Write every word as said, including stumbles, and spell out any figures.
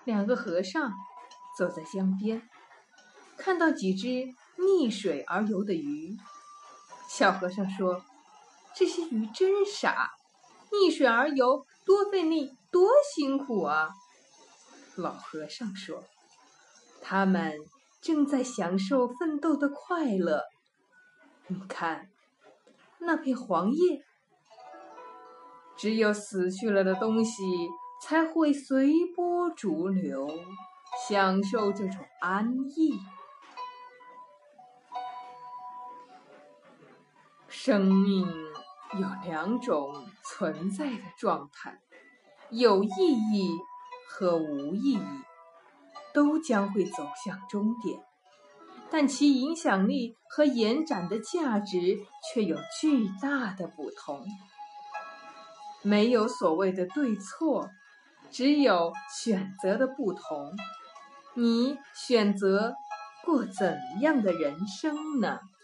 两个和尚走在江边，看到几只逆水而游的鱼。小和尚说：“这些鱼真傻，逆水而游，多费力，多辛苦啊！”老和尚说：“他们正在享受奋斗的快乐。你看，那片黄叶，只有死去了的东西才会随波逐流，享受这种安逸。生命有两种存在的状态，有意义和无意义，都将会走向终点，但其影响力和延展的价值却有巨大的不同。没有所谓的对错，只有选择的不同。你选择过怎样的人生呢？